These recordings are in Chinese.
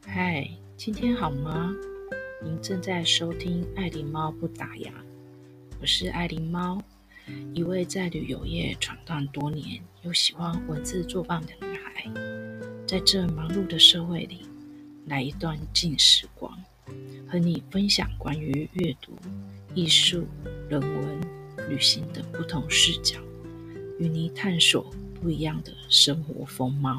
嗨，今天好吗？您正在收听爱琳猫不打烊，我是爱琳猫，一位在旅游业闯荡多年又喜欢文字作伴的女孩。在这忙碌的社会里，来一段静时光，和你分享关于阅读、艺术、人文、旅行等不同视角，与你探索不一样的生活风貌。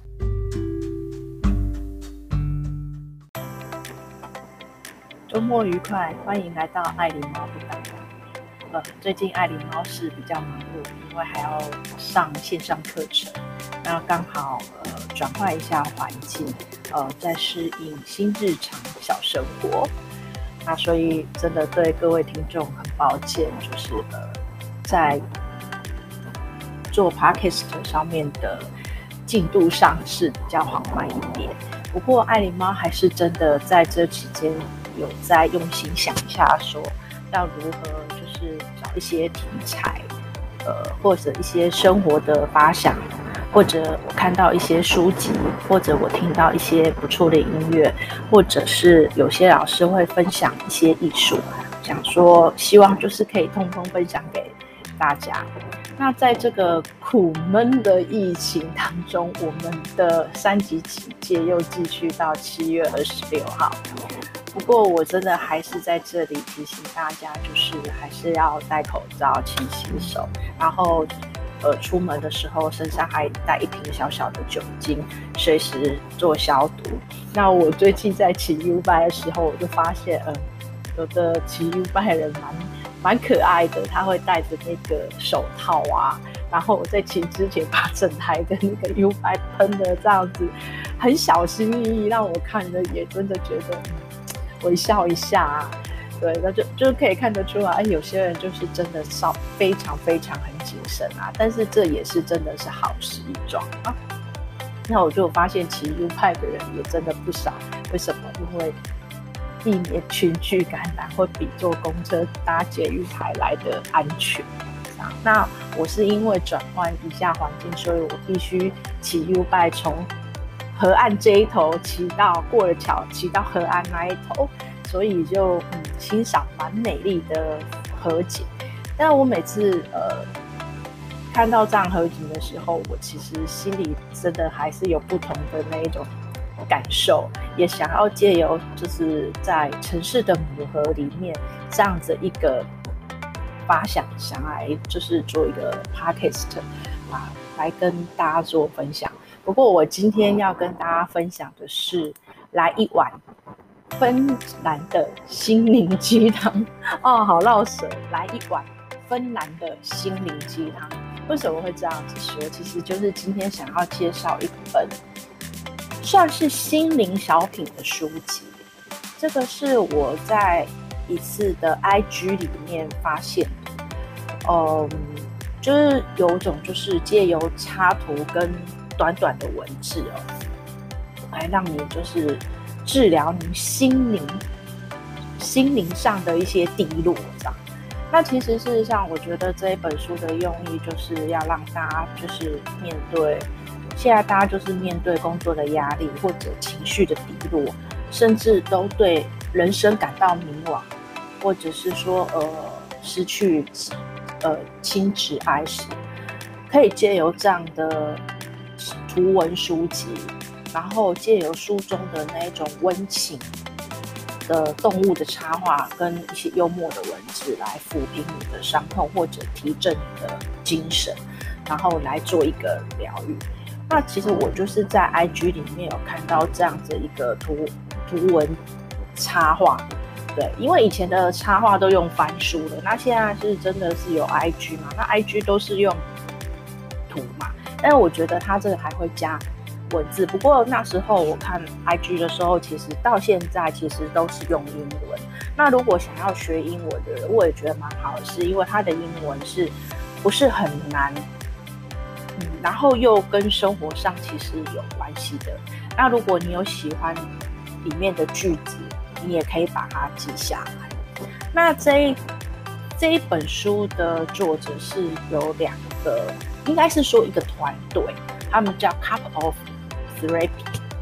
周末愉快，欢迎来到爱琳猫不打烊。最近爱琳猫是比较忙碌，因为还要上线上课程，那刚好转换一下环境，在适应新日常小生活。那所以真的对各位听众很抱歉，就是在做 Podcast 上面的进度上是比较缓慢一点。不过爱琳猫还是真的在这期间有在用心想一下，说要如何就是找一些题材，或者一些生活的发想，或者我看到一些书籍，或者我听到一些不错的音乐，或者是有些老师会分享一些艺术，想说希望就是可以通通分享给大家。那在这个苦闷的疫情当中，我们的3级警戒又继续到7月26号。不过我真的还是在这里提醒大家，就是还是要戴口罩、勤洗手，然后出门的时候身上还带一瓶小小的酒精，随时做消毒。那我最近在骑 U-Bike 的时候，我就发现，有的骑 U-Bike 的人蛮可爱的，他会戴着那个手套啊，然后我在骑之前把整台的那个 U-Bike 喷的这样子，很小心翼翼，让我看了也真的觉得微笑一下啊。对，那就可以看得出来，有些人就是真的非常非常很谨慎啊，但是这也是真的是好事一桩啊。那我就发现骑 U-Bike 的人也真的不少，为什么？因为避免群聚感染会比坐公车搭捷运还来的安全。那我是因为转换一下环境，所以我必须骑 U-Bike 从河岸这一头骑到过了桥，骑到河岸那一头，所以就欣赏蛮美丽的河景。但我每次看到这样河景的时候，我其实心里真的还是有不同的那一种感受，也想要借由就是在城市的母河里面这样子一个发想来就是做一个 podcast 来跟大家做分享。不过我今天要跟大家分享的是来一碗芬兰的心灵鸡汤哦，好绕舌，来一碗芬兰的心灵鸡汤。为什么会这样子说？其实就是今天想要介绍一本算是心灵小品的书籍。这个是我在一次的 IG 里面发现的，就是有一种就是借由插图跟短短的文字来让你就是治疗你心灵上的一些低落这样。那其实事实上，我觉得这一本书的用意就是要让大家就是面对现在大家就是面对工作的压力或者情绪的低落，甚至都对人生感到迷惘，或者是说失去亲子爱时，可以借由这样的图文书籍，然后借由书中的那一种温情的动物的插画跟一些幽默的文字来抚平你的伤痛，或者提振你的精神，然后来做一个疗愈。那其实我就是在 IG 里面有看到这样子一个图文插画，对，因为以前的插画都用翻书的，那现在是真的是有 IG 嘛，那 IG 都是用图嘛，但是我觉得它这个还会加文字。不过那时候我看 IG 的时候，其实到现在其实都是用英文。那如果想要学英文的人，我也觉得蛮好的，是因为它的英文是不是很难，然后又跟生活上其实有关系的。那如果你有喜欢里面的句子，你也可以把它记下来。那这一本书的作者是有2个，应该是说一个团队，他们叫 Cup of Therapy。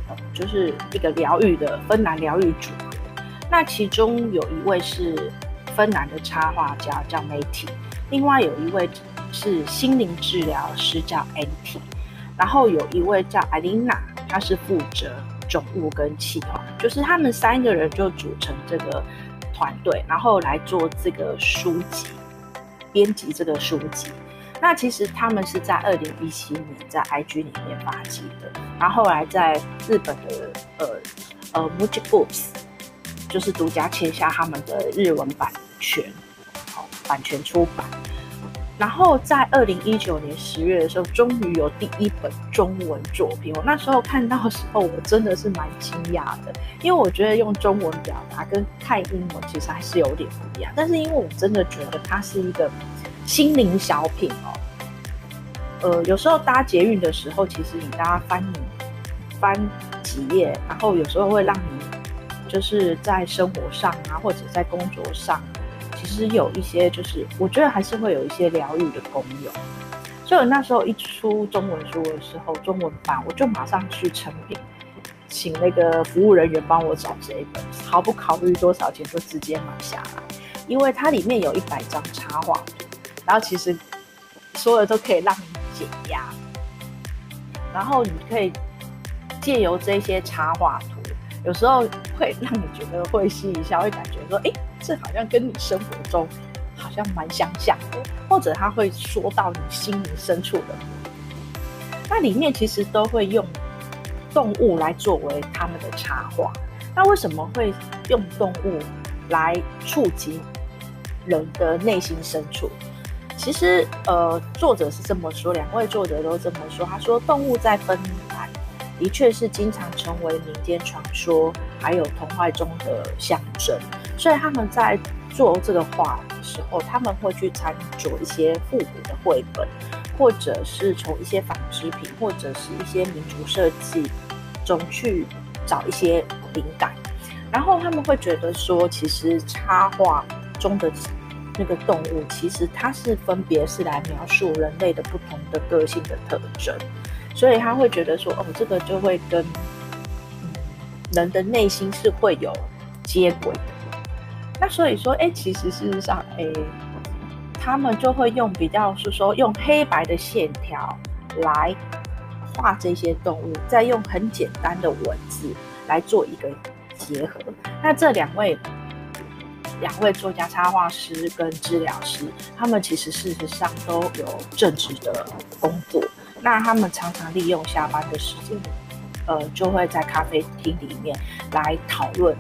就是一个疗愈的芬兰疗愈组合。那其中有一位是芬兰的插画家叫 Matti， 另外有一位是心灵治疗师叫 Antti， 然后有一位叫 Alina， 她是负责总务跟企划，就是他们3个人就组成这个团队，然后来做这个书籍，编辑这个书籍。那其实他们是在2017年在 IG 里面发起的，然后后来在日本的Muji Books 就是独家签下他们的日文版权，版权出版。然后在2019年10月的时候，终于有第一本中文作品。我那时候看到的时候，我真的是蛮惊讶的，因为我觉得用中文表达跟看英文其实还是有点不一样。但是因为我真的觉得它是一个心灵小品有时候搭捷运的时候，其实你搭翻几页，然后有时候会让你就是在生活上啊，或者在工作上。其实有一些就是我觉得还是会有一些疗愈的功用，所以我那时候一出中文书的时候，中文版我就马上去成品，请那个服务人员帮我找这一本，毫不考虑多少钱就直接买下来，因为它里面有100张插画图，然后其实所有的都可以让你减压，然后你可以借由这些插画图，有时候会让你觉得会心一笑，会感觉说这好像跟你生活中好像蛮相像的，或者它会说到你心灵深处的部分。那里面其实都会用动物来作为他们的插画。那为什么会用动物来触及人的内心深处？其实作者是这么说，2位作者都这么说。他说，动物在芬兰的确是经常成为民间传说还有童话中的象征，所以他们在做这个画的时候，他们会去参照一些复古的绘本，或者是从一些纺织品或者是一些民族设计中去找一些灵感，然后他们会觉得说，其实插画中的那个动物，其实它是分别是来描述人类的不同的个性的特征，所以他会觉得说，这个就会跟人的内心是会有接轨的。那所以说，其实事实上，他们就会用比较是说用黑白的线条来画这些动物，再用很简单的文字来做一个结合。那这两位作家、插画师跟治疗师，他们其实事实上都有正职的工作。那他们常常利用下班的时间，就会在咖啡厅里面来讨论，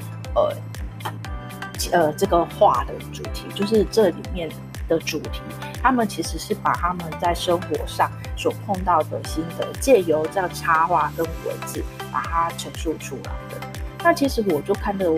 这个画的主题，就是这里面的主题。他们其实是把他们在生活上所碰到的心得，借由这样插画跟文字，把它陈述出来的。那其实我就看到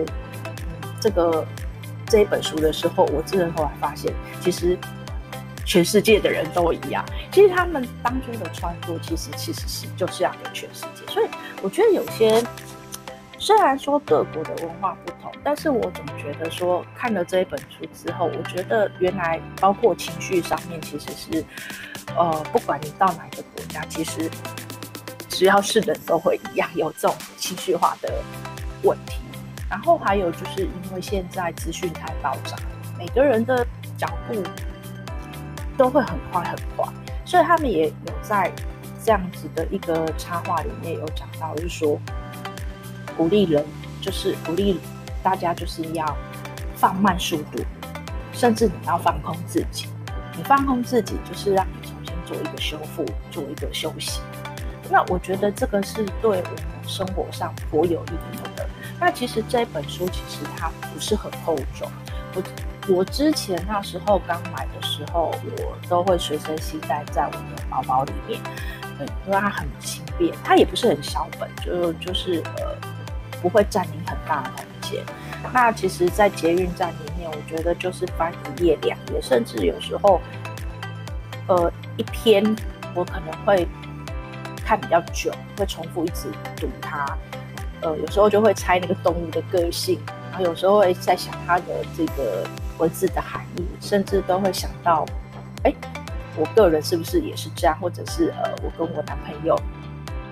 这一本书的时候，我自然后来发现，其实全世界的人都一样。其实他们当初的创作，其实是就是要给全世界。所以我觉得有些虽然说各国的文化不同，但是我总觉得说看了这一本书之后，我觉得原来包括情绪上面，其实是不管你到哪个国家，其实只要是人都会一样有这种情绪化的问题。然后还有就是因为现在资讯太爆炸，每个人的脚步都会很快很快，所以他们也有在这样子的一个插画里面有讲到，就是说鼓励人，就是鼓励大家就是要放慢速度，甚至你要放空自己。你放空自己，就是让你重新做一个修复，做一个休息。那我觉得这个是对我们生活上颇有意义的。那其实这本书其实它不是很厚重，我之前那时候刚买的时候，我都会随身携带在我的包包里面，因为它很轻便，它也不是很小本，就是不会占你很大的空间。那其实，在捷运站里面，我觉得就是翻1页2页，甚至有时候，一篇我可能会看比较久，会重复一直读它。有时候就会猜那个动物的个性，然后有时候会在想它的这个文字的含义，甚至都会想到，我个人是不是也是这样，或者是我跟我男朋友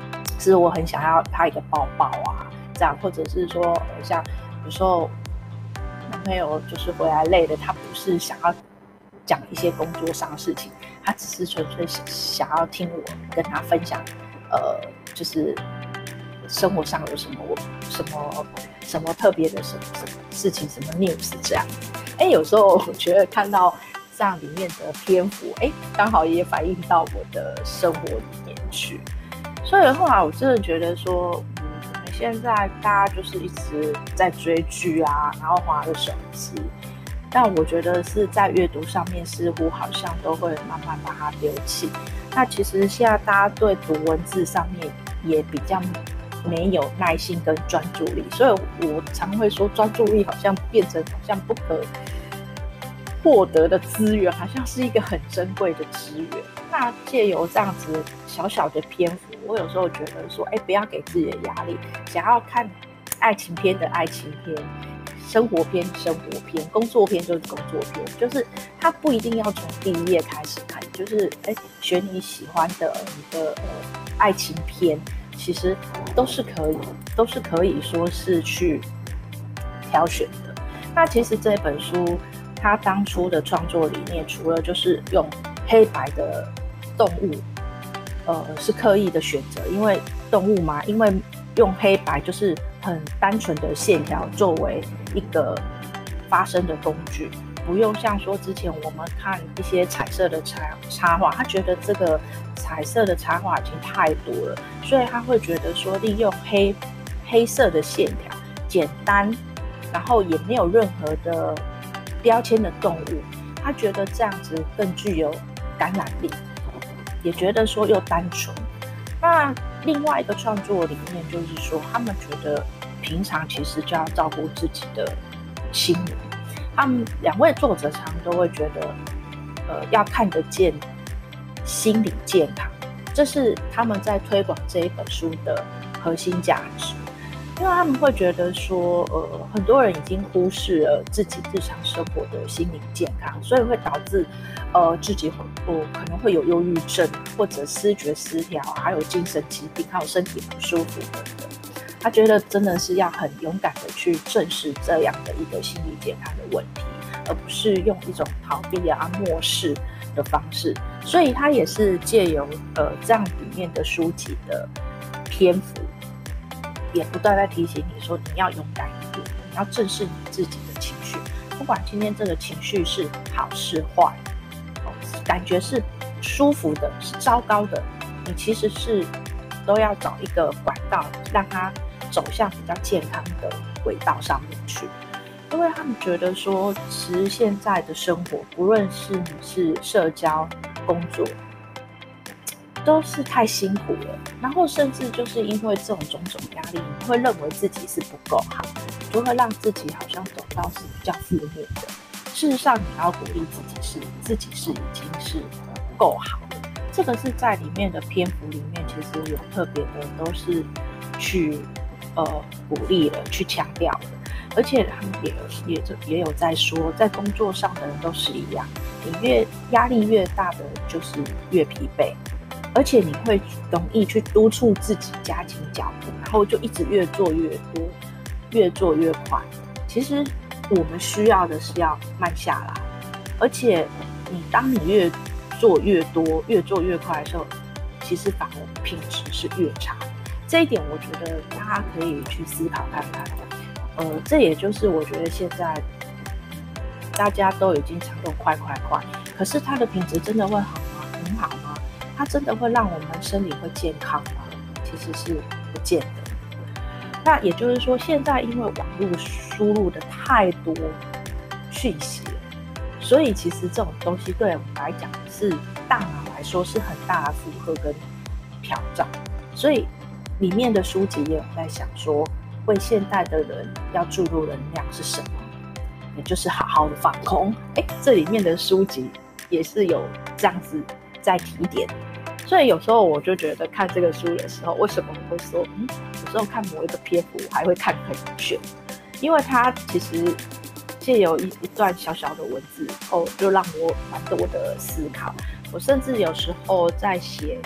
是我很想要他一个抱抱啊，这样，或者是说像有时候男朋友就是回来累了，他不是想要讲一些工作上的事情，他只是纯粹想要听我跟他分享，就是生活上有什么特别的什么事情，什么 news 这样。有时候我觉得看到这样里面的篇幅，刚好也反映到我的生活里面去。所以后来我真的觉得说，现在大家就是一直在追剧啊，然后滑着手机，但我觉得是在阅读上面似乎好像都会慢慢把它丢弃。那其实现在大家对读文字上面也比较没有耐心跟专注力，所以我常会说专注力好像变成好像不可获得的资源，好像是一个很珍贵的资源。那借由这样子小小的篇幅，我有时候觉得说，不要给自己的压力，想要看爱情片的爱情片，生活片生活片，工作片就是工作片，就是它不一定要从第一页开始看，就是选你喜欢的你的爱情片，其实都是可以说是去挑选的。那其实这本书它当初的创作理念，除了就是用黑白的动物，是刻意的选择，因为动物嘛，因为用黑白就是很单纯的线条作为一个发声的工具，不用像说之前我们看一些彩色的插画，他觉得这个彩色的插画已经太多了，所以他会觉得说利用黑色的线条，简单，然后也没有任何的标签的动物，他觉得这样子更具有感染力，也觉得说又单纯。那另外一个创作理念就是说，他们觉得平常其实就要照顾自己的心灵。他们两位作者常都会觉得，要看得见心理健康，这是他们在推广这一本书的核心价值。因为他们会觉得说，很多人已经忽视了自己日常生活的心理健康，所以会导致，自己可能会有忧郁症或者思觉失调，还有精神疾病，还有身体不舒服等等。他觉得真的是要很勇敢的去正视这样的一个心理健康的问题，而不是用一种逃避啊、漠视的方式。所以他也是借由这样里面的书籍的篇幅，也不断在提醒你说，你要勇敢一点，你要正视你自己的情绪，不管今天这个情绪是好是坏，感觉是舒服的，是糟糕的，你其实是都要找一个管道，让它走向比较健康的轨道上面去。因为他们觉得说，其实现在的生活，不论是你是社交、工作，都是太辛苦了，然后甚至就是因为这种种种压力，你会认为自己是不够好，就会让自己好像走到是比较负面的。事实上，你要鼓励自己是已经是够好的。这个是在里面的篇幅里面，其实有特别的都是去鼓励了，去强调的。而且他们也有在说，在工作上的人都是一样，你越压力越大的就是越疲惫。而且你会容易去督促自己加紧脚步，然后就一直越做越多，越做越快。其实我们需要的是要慢下来，而且当你越做越多，越做越快的时候，其实反而品质是越差。这一点我觉得大家可以去思考看看。这也就是我觉得现在大家都已经常用快，可是它的品质真的会好吗？很好吗？它真的会让我们身体会健康吗？其实是不见得。那也就是说，现在因为网络输入的太多讯息了，所以其实这种东西对我们来讲是大脑来说是很大的负荷跟挑战。所以里面的书籍也有在想说，为现代的人要注入能量是什么？也就是好好的放空。这里面的书籍也是有这样子在提点。所以有时候我就觉得看这个书的时候，为什么我会说有时候看某一个篇幅我还会看很久，因为它其实借由一段小小的文字后，就让我蛮多的思考。我甚至有时候在写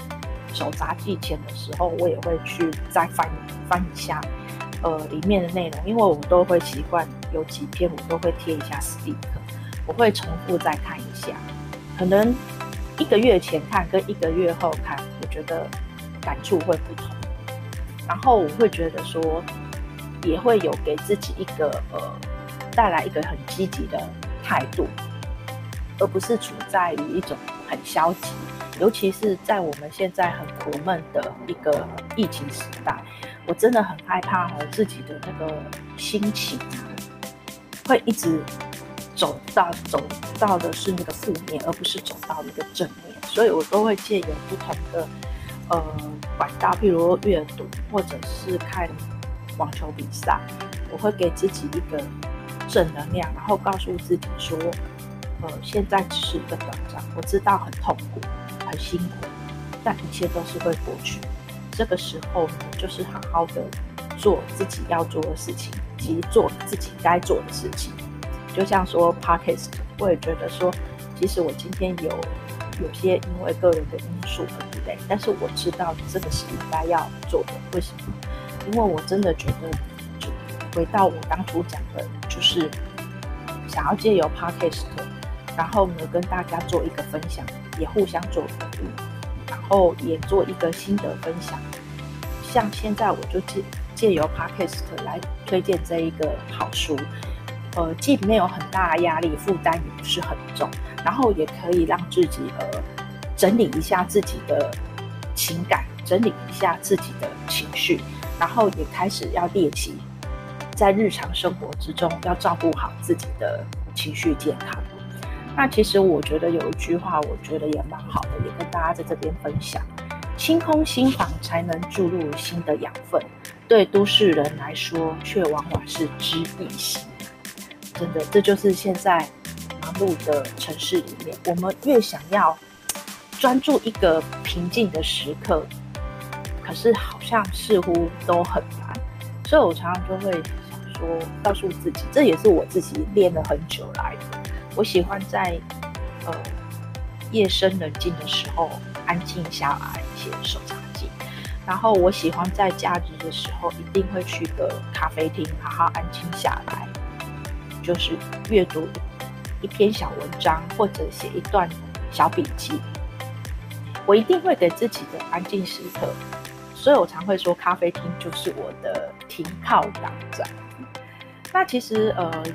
手札记前的时候，我也会去再翻一下里面的内容，因为我都会习惯有几篇我都会贴一下 stick， 我会重复再看一下，可能1个月前看跟1个月后看，我觉得感触会不同，然后我会觉得说也会有给自己一个带来一个很积极的态度，而不是处在于一种很消极，尤其是在我们现在很苦闷的一个疫情时代，我真的很害怕自己的那个心情会一直走到的是那个负面，而不是走到那个正面，所以我都会借由不同的管道，譬如阅读或者是看网球比赛，我会给自己一个正能量，然后告诉自己说现在只是一个短暂，我知道很痛苦很辛苦，但一切都是会过去，这个时候呢，就是好好的做自己要做的事情，及做自己该做的事情。就像说 Podcast， 我也觉得说其实我今天有些因为个人的因素而 delay， 但是我知道这个是应该要做的。为什么？因为我真的觉得，就回到我当初讲的，就是想要借由 Podcast， 然后呢跟大家做一个分享，也互相做鼓励，然后也做一个心得分享。像现在我就借由 Podcast 来推荐这一个好书，既没有很大的压力，负担也不是很重，然后也可以让自己整理一下自己的情感，整理一下自己的情绪，然后也开始要练习在日常生活之中要照顾好自己的情绪健康。那其实我觉得有一句话我觉得也蛮好的，也跟大家在这边分享，清空心房才能注入新的养分，对都市人来说却往往是知易行难。真的，这就是现在忙碌的城市里面，我们越想要专注一个平静的时刻，可是好像似乎都很难，所以我常常就会想说，告诉自己，这也是我自己练了很久来的。我喜欢在夜深人静的时候安静下来写手札记，然后我喜欢在假日的时候一定会去个咖啡厅，好好安静下来，就是阅读一篇小文章或者写一段小笔记。我一定会给自己的安静时刻，所以我常会说咖啡厅就是我的停靠港站。那其实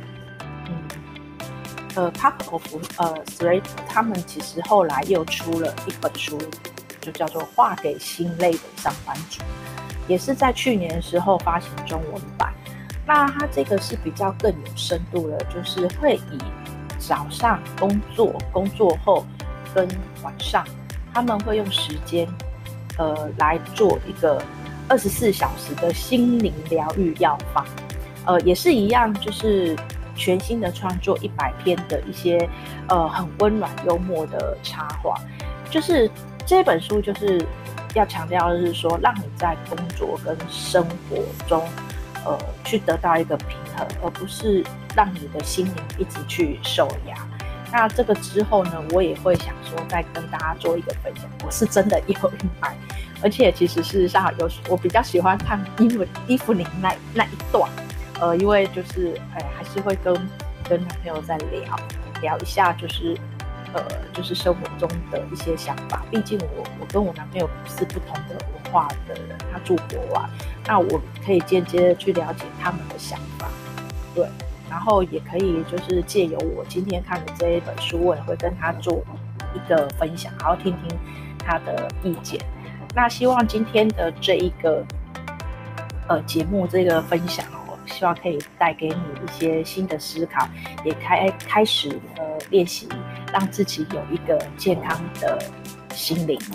Park of Three 他们其实后来又出了一本书，就叫做《画给心累的上班族》，也是在去年的时候发行中文版。那它这个是比较更有深度的，就是会以早上工作后跟晚上，他们会用时间来做一个24小时的心灵疗愈药方。也是一样，就是全新的创作100篇的一些很温暖幽默的插画。就是这本书就是要强调的是说，让你在工作跟生活中去得到一个平衡，而不是让你的心灵一直去受压。那这个之后呢，我也会想说再跟大家做一个分享。我是真的有买，而且其实事实上我比较喜欢看伊芙琳那一段，因为就是还是会跟男朋友在聊一下，就是生活中的一些想法。毕竟我跟我男朋友是不同的文化的人，他住国外，那我可以间接的去了解他们的想法，对。然后也可以就是借由我今天看的这一本书，我也会跟他做一个分享，然后听听他的意见。那希望今天的这一个节目这个分享希望可以带给你一些新的思考，也开始练习，让自己有一个健康的心灵。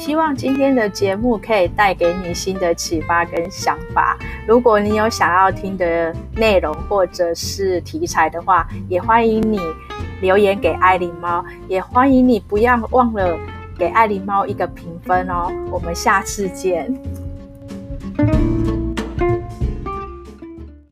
希望今天的节目可以带给你新的启发跟想法。如果你有想要听的内容或者是题材的话，也欢迎你留言给爱琳猫，也欢迎你不要忘了给爱琳猫一个评分哦。我们下次见。